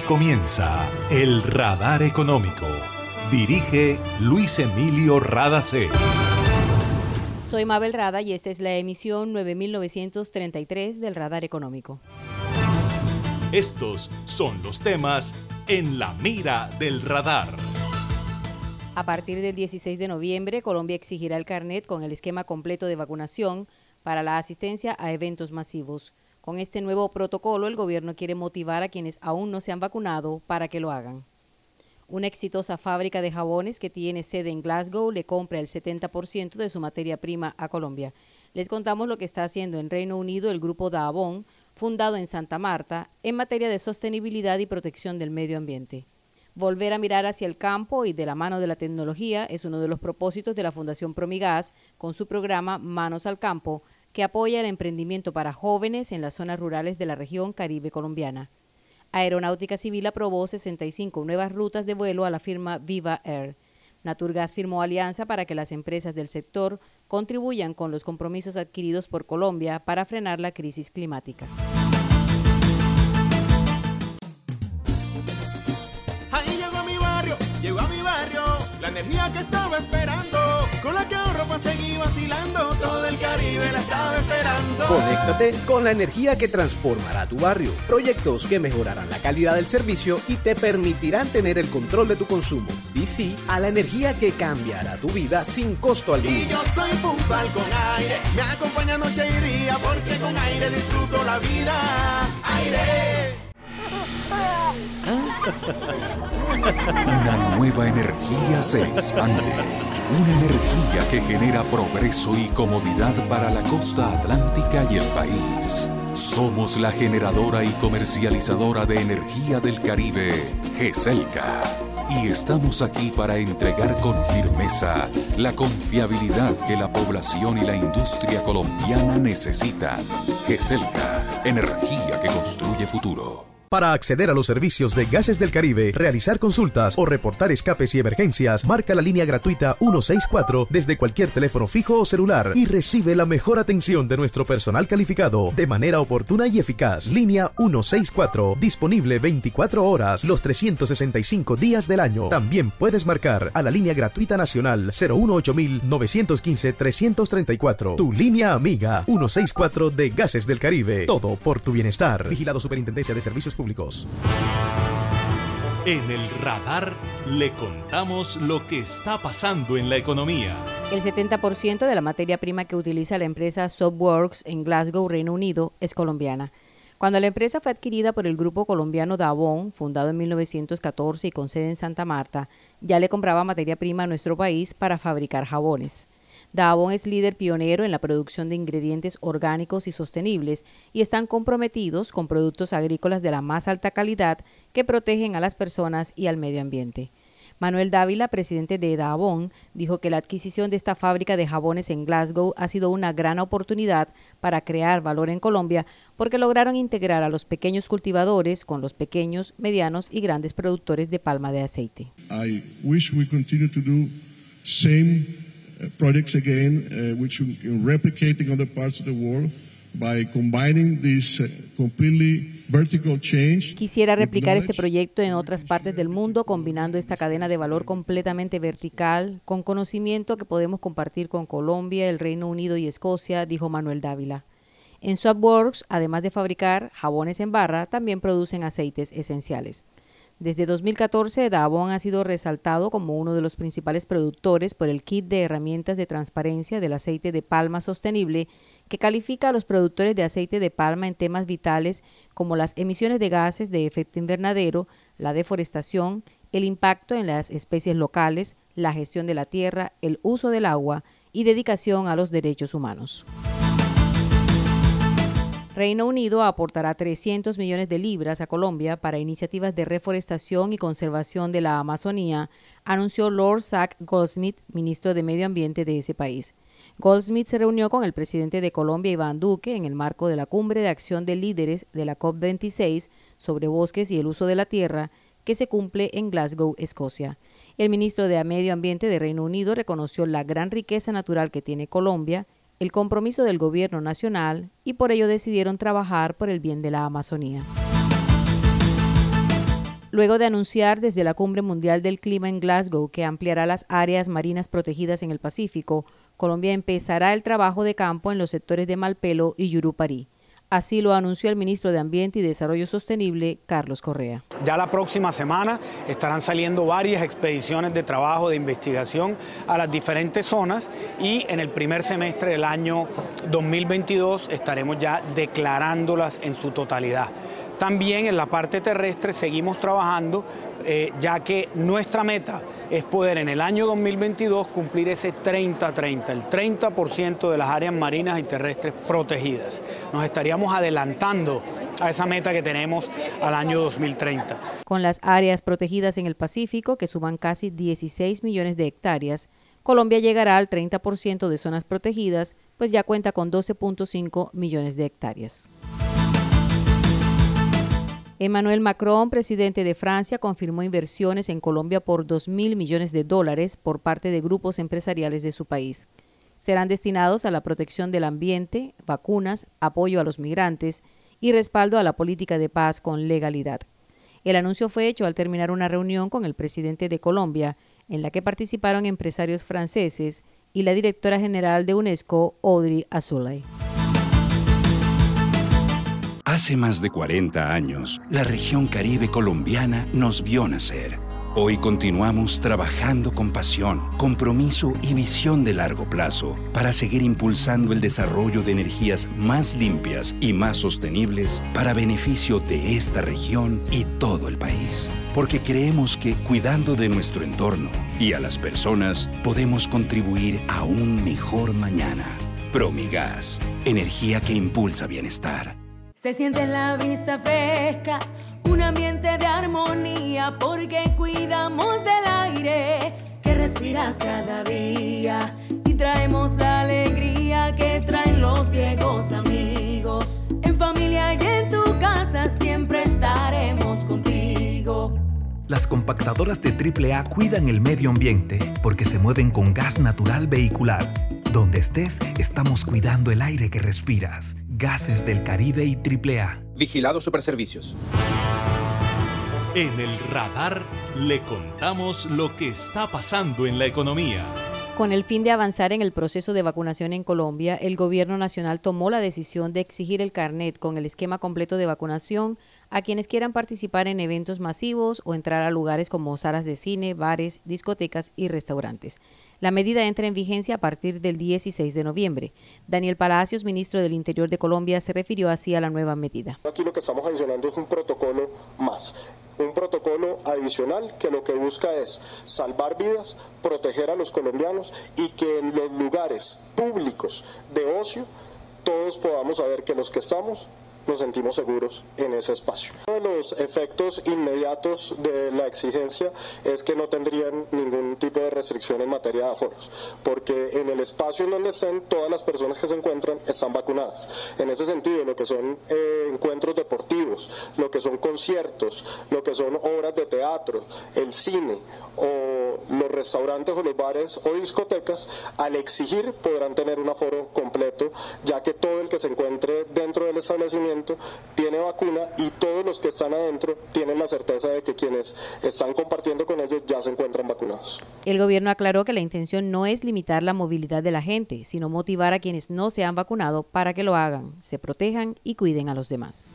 comienza El Radar Económico. Dirige Luis Emilio Radacé. Soy Mabel Rada y esta es la emisión 9933 del Radar Económico. Estos son los temas en la mira del radar. A partir del 16 de noviembre, Colombia exigirá el carnet con el esquema completo de vacunación para la asistencia a eventos masivos. Con este nuevo protocolo, el gobierno quiere motivar a quienes aún no se han vacunado para que lo hagan. Una exitosa fábrica de jabones que tiene sede en Glasgow le compra el 70% de su materia prima a Colombia. Les contamos lo que está haciendo en Reino Unido el grupo Davon, fundado en Santa Marta, en materia de sostenibilidad y protección del medio ambiente. Volver a mirar hacia el campo y de la mano de la tecnología es uno de los propósitos de la Fundación Promigas con su programa Manos al Campo, que apoya el emprendimiento para jóvenes en las zonas rurales de la región Caribe colombiana. Aeronáutica Civil aprobó 65 nuevas rutas de vuelo a la firma Viva Air. Naturgas firmó alianza para que las empresas del sector contribuyan con los compromisos adquiridos por Colombia para frenar la crisis climática. Ahí llegó a mi barrio, la energía que estaba esperando, con la que ahorro para seguir vacilando, todo el Caribe la estaba esperando. Conéctate con la energía que transformará tu barrio, proyectos que mejorarán la calidad del servicio y te permitirán tener el control de tu consumo. Di sí a la energía que cambiará tu vida sin costo alguno. Y yo soy puntual con Aire, me acompaña noche y día, porque con Aire disfruto la vida. Aire. Una nueva energía se expande. Una energía que genera progreso y comodidad para la costa atlántica y el país. Somos la generadora y comercializadora de energía del Caribe, GESELCA. Y estamos aquí para entregar con firmeza la confiabilidad que la población y la industria colombiana necesitan. GESELCA, energía que construye futuro. Para acceder a los servicios de Gases del Caribe, realizar consultas o reportar escapes y emergencias, marca la línea gratuita 164 desde cualquier teléfono fijo o celular y recibe la mejor atención de nuestro personal calificado de manera oportuna y eficaz. Línea 164, disponible 24 horas los 365 días del año. También puedes marcar a la línea gratuita nacional 018-915-334. Tu línea amiga 164 de Gases del Caribe. Todo por tu bienestar. Vigilado Superintendencia de Servicios Públicos. En el radar le contamos lo que está pasando en la economía. El 70% de la materia prima que utiliza la empresa Softworks en Glasgow, Reino Unido, es colombiana. Cuando la empresa fue adquirida por el grupo colombiano Davon, fundado en 1914 y con sede en Santa Marta, ya le compraba materia prima a nuestro país para fabricar jabones. Davon es líder pionero en la producción de ingredientes orgánicos y sostenibles y están comprometidos con productos agrícolas de la más alta calidad que protegen a las personas y al medio ambiente. Manuel Dávila, presidente de Davon, dijo que la adquisición de esta fábrica de jabones en Glasgow ha sido una gran oportunidad para crear valor en Colombia porque lograron integrar a los pequeños cultivadores con los pequeños, medianos y grandes productores de palma de aceite. I wish we continue to do same projects again, which we can replicate in other parts of the world by combining this completely vertical change. Quisiera replicar este proyecto en otras partes del mundo, combinando esta cadena de valor completamente vertical con conocimiento que podemos compartir con Colombia, el Reino Unido y Escocia, dijo Manuel Dávila. En Softworks, además de fabricar jabones en barra, también producen aceites esenciales. Desde 2014, Davon ha sido resaltado como uno de los principales productores por el kit de herramientas de transparencia del aceite de palma sostenible, que califica a los productores de aceite de palma en temas vitales como las emisiones de gases de efecto invernadero, la deforestación, el impacto en las especies locales, la gestión de la tierra, el uso del agua y dedicación a los derechos humanos. Reino Unido aportará 300 millones de libras a Colombia para iniciativas de reforestación y conservación de la Amazonía, anunció Lord Zach Goldsmith, ministro de Medio Ambiente de ese país. Goldsmith se reunió con el presidente de Colombia, Iván Duque, en el marco de la Cumbre de Acción de Líderes de la COP26 sobre bosques y el uso de la tierra, que se cumple en Glasgow, Escocia. El ministro de Medio Ambiente de Reino Unido reconoció la gran riqueza natural que tiene Colombia, el compromiso del gobierno nacional y por ello decidieron trabajar por el bien de la Amazonía. Luego de anunciar desde la Cumbre Mundial del Clima en Glasgow que ampliará las áreas marinas protegidas en el Pacífico, Colombia empezará el trabajo de campo en los sectores de Malpelo y Yurupari. Así lo anunció el ministro de Ambiente y Desarrollo Sostenible, Carlos Correa. Ya la próxima semana estarán saliendo varias expediciones de trabajo, de investigación a las diferentes zonas y en el primer semestre del año 2022 estaremos ya declarándolas en su totalidad. También en la parte terrestre seguimos trabajando, ya que nuestra meta es poder en el año 2022 cumplir ese 30-30, el 30% de las áreas marinas y terrestres protegidas. Nos estaríamos adelantando a esa meta que tenemos al año 2030. Con las áreas protegidas en el Pacífico, que suman casi 16 millones de hectáreas, Colombia llegará al 30% de zonas protegidas, pues ya cuenta con 12.5 millones de hectáreas. Emmanuel Macron, presidente de Francia, confirmó inversiones en Colombia por $2.000 millones por parte de grupos empresariales de su país. Serán destinados a la protección del ambiente, vacunas, apoyo a los migrantes y respaldo a la política de paz con legalidad. El anuncio fue hecho al terminar una reunión con el presidente de Colombia, en la que participaron empresarios franceses y la directora general de UNESCO, Audrey Azoulay. Hace más de 40 años, la región caribe colombiana nos vio nacer. Hoy continuamos trabajando con pasión, compromiso y visión de largo plazo para seguir impulsando el desarrollo de energías más limpias y más sostenibles para beneficio de esta región y todo el país. Porque creemos que cuidando de nuestro entorno y a las personas, podemos contribuir a un mejor mañana. Promigas, energía que impulsa bienestar. Se siente en la vista fresca, un ambiente de armonía, porque cuidamos del aire que respiras cada día y traemos la alegría que traen los viejos amigos. En familia y en tu casa siempre estaremos contigo. Las compactadoras de AAA cuidan el medio ambiente porque se mueven con gas natural vehicular. Donde estés, estamos cuidando el aire que respiras. Gases del Caribe y AAA. Vigilado Superservicios. En el radar le contamos lo que está pasando en la economía. Con el fin de avanzar en el proceso de vacunación en Colombia, el Gobierno Nacional tomó la decisión de exigir el carnet con el esquema completo de vacunación a quienes quieran participar en eventos masivos o entrar a lugares como salas de cine, bares, discotecas y restaurantes. La medida entra en vigencia a partir del 16 de noviembre. Daniel Palacios, ministro del Interior de Colombia, se refirió así a la nueva medida. Aquí lo que estamos adicionando es un protocolo más. Un protocolo adicional que lo que busca es salvar vidas, proteger a los colombianos y que en los lugares públicos de ocio todos podamos saber que los que estamos nos sentimos seguros en ese espacio. Uno de los efectos inmediatos de la exigencia es que no tendrían ningún tipo de restricción en materia de aforos, porque en el espacio en donde estén, todas las personas que se encuentran están vacunadas. En ese sentido, lo que son encuentros deportivos, lo que son conciertos, lo que son obras de teatro, el cine o los restaurantes o los bares o discotecas, al exigir podrán tener un aforo completo, ya que todo el que se encuentre dentro del establecimiento tiene vacuna y todos los que están adentro tienen la certeza de que quienes están compartiendo con ellos ya se encuentran vacunados. El gobierno aclaró que la intención no es limitar la movilidad de la gente, sino motivar a quienes no se han vacunado para que lo hagan, se protejan y cuiden a los demás.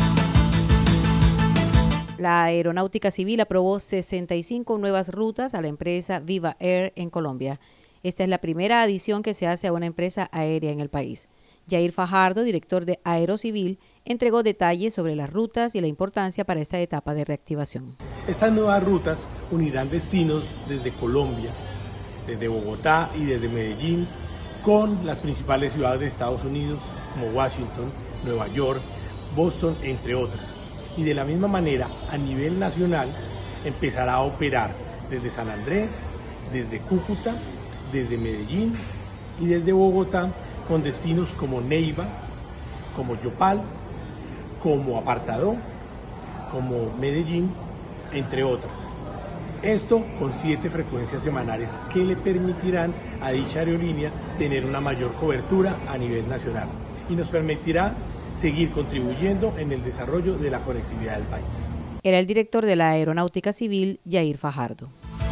La Aeronáutica Civil aprobó 65 nuevas rutas a la empresa Viva Air en Colombia. Esta es la primera adición que se hace a una empresa aérea en el país. Jair Fajardo, director de Aerocivil, entregó detalles sobre las rutas y la importancia para esta etapa de reactivación. Estas nuevas rutas unirán destinos desde Colombia, desde Bogotá y desde Medellín, con las principales ciudades de Estados Unidos, como Washington, Nueva York, Boston, entre otras. Y de la misma manera, a nivel nacional, empezará a operar desde San Andrés, desde Cúcuta, desde Medellín y desde Bogotá, con destinos como Neiva, como Yopal, como Apartadó, como Medellín, entre otras. Esto con 7 frecuencias semanales que le permitirán a dicha aerolínea tener una mayor cobertura a nivel nacional y nos permitirá seguir contribuyendo en el desarrollo de la conectividad del país. Era el director de la Aeronáutica Civil, Yair Fajardo.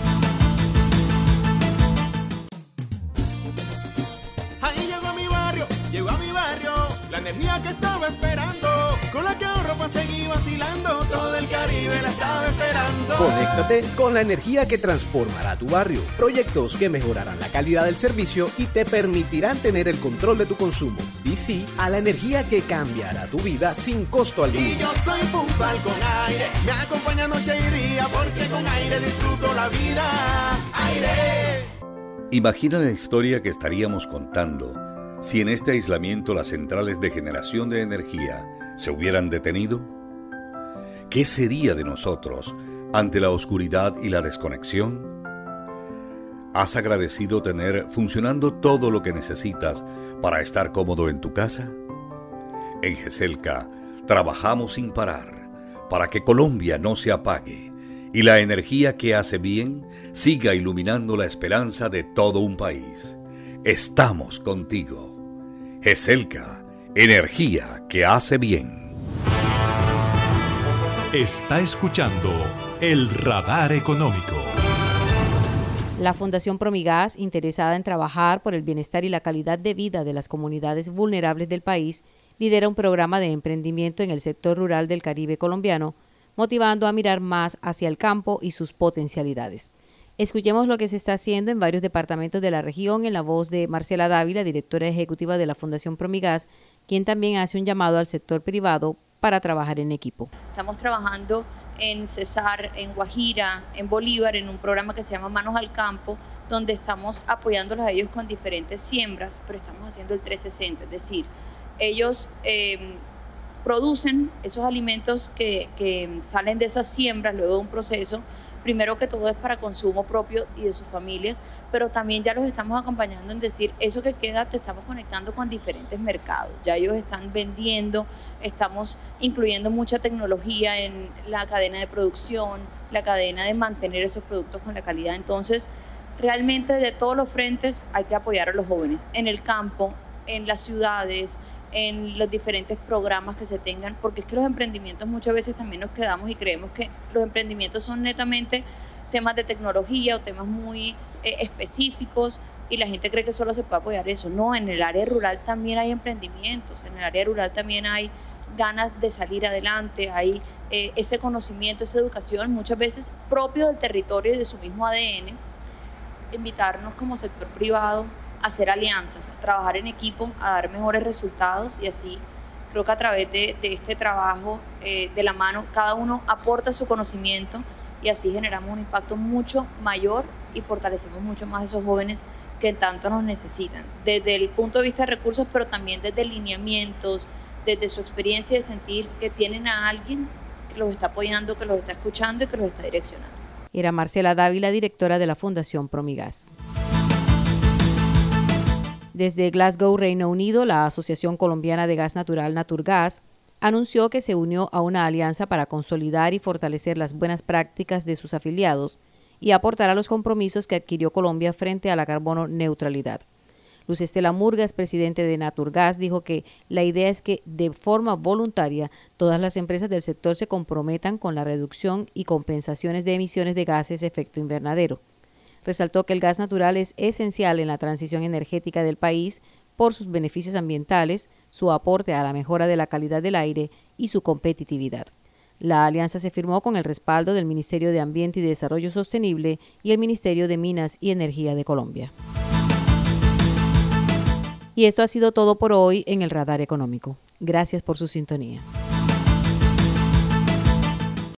Llegó a mi barrio la energía que estaba esperando, con la que ahorro para seguir vacilando, todo el Caribe la estaba esperando. Conéctate con la energía que transformará tu barrio. Proyectos que mejorarán la calidad del servicio y te permitirán tener el control de tu consumo. Di sí a la energía que cambiará tu vida sin costo alguno. Y yo soy puntual con Aire, me acompaña noche y día, porque con Aire disfruto la vida. Aire. Imagina la historia que estaríamos contando si en este aislamiento las centrales de generación de energía se hubieran detenido. ¿Qué sería de nosotros ante la oscuridad y la desconexión? ¿Has agradecido tener funcionando todo lo que necesitas para estar cómodo en tu casa? En GESELCA trabajamos sin parar para que Colombia no se apague y la energía que hace bien siga iluminando la esperanza de todo un país. Estamos contigo. GESELCA, energía que hace bien. Está escuchando el Radar Económico. La Fundación Promigas, interesada en trabajar por el bienestar y la calidad de vida de las comunidades vulnerables del país, lidera un programa de emprendimiento en el sector rural del Caribe colombiano, motivando a mirar más hacia el campo y sus potencialidades. Escuchemos lo que se está haciendo en varios departamentos de la región en la voz de Marcela Dávila, directora ejecutiva de la Fundación Promigas, quien también hace un llamado al sector privado para trabajar en equipo. Estamos trabajando en Cesar, en Guajira, en Bolívar, en un programa que se llama Manos al Campo, donde estamos apoyándolos a ellos con diferentes siembras, pero estamos haciendo el 360, es decir, ellos producen esos alimentos que salen de esas siembras luego de un proceso. Primero que todo es para consumo propio y de sus familias, pero también ya los estamos acompañando en decir, eso que queda te estamos conectando con diferentes mercados. Ya ellos están vendiendo, estamos incluyendo mucha tecnología en la cadena de producción, la cadena de mantener esos productos con la calidad. Entonces, realmente de todos los frentes hay que apoyar a los jóvenes, en el campo, en las ciudades, en los diferentes programas que se tengan, porque es que los emprendimientos muchas veces también nos quedamos y creemos que los emprendimientos son netamente temas de tecnología o temas muy específicos y la gente cree que solo se puede apoyar eso. No, en el área rural también hay emprendimientos, en el área rural también hay ganas de salir adelante, hay ese conocimiento, esa educación, muchas veces propio del territorio y de su mismo ADN. Invitarnos como sector privado a hacer alianzas, a trabajar en equipo, a dar mejores resultados y así creo que a través de este trabajo de la mano cada uno aporta su conocimiento y así generamos un impacto mucho mayor y fortalecemos mucho más a esos jóvenes que tanto nos necesitan, desde el punto de vista de recursos, pero también desde lineamientos, desde su experiencia de sentir que tienen a alguien que los está apoyando, que los está escuchando y que los está direccionando. Era Marcela Dávila, directora de la Fundación Promigas. Desde Glasgow, Reino Unido, la Asociación Colombiana de Gas Natural, Naturgas, anunció que se unió a una alianza para consolidar y fortalecer las buenas prácticas de sus afiliados y aportar a los compromisos que adquirió Colombia frente a la carbono neutralidad. Luz Estela Murgas, presidente de Naturgas, dijo que la idea es que de forma voluntaria todas las empresas del sector se comprometan con la reducción y compensaciones de emisiones de gases de efecto invernadero. Resaltó que el gas natural es esencial en la transición energética del país por sus beneficios ambientales, su aporte a la mejora de la calidad del aire y su competitividad. La alianza se firmó con el respaldo del Ministerio de Ambiente y Desarrollo Sostenible y el Ministerio de Minas y Energía de Colombia. Y esto ha sido todo por hoy en el Radar Económico. Gracias por su sintonía.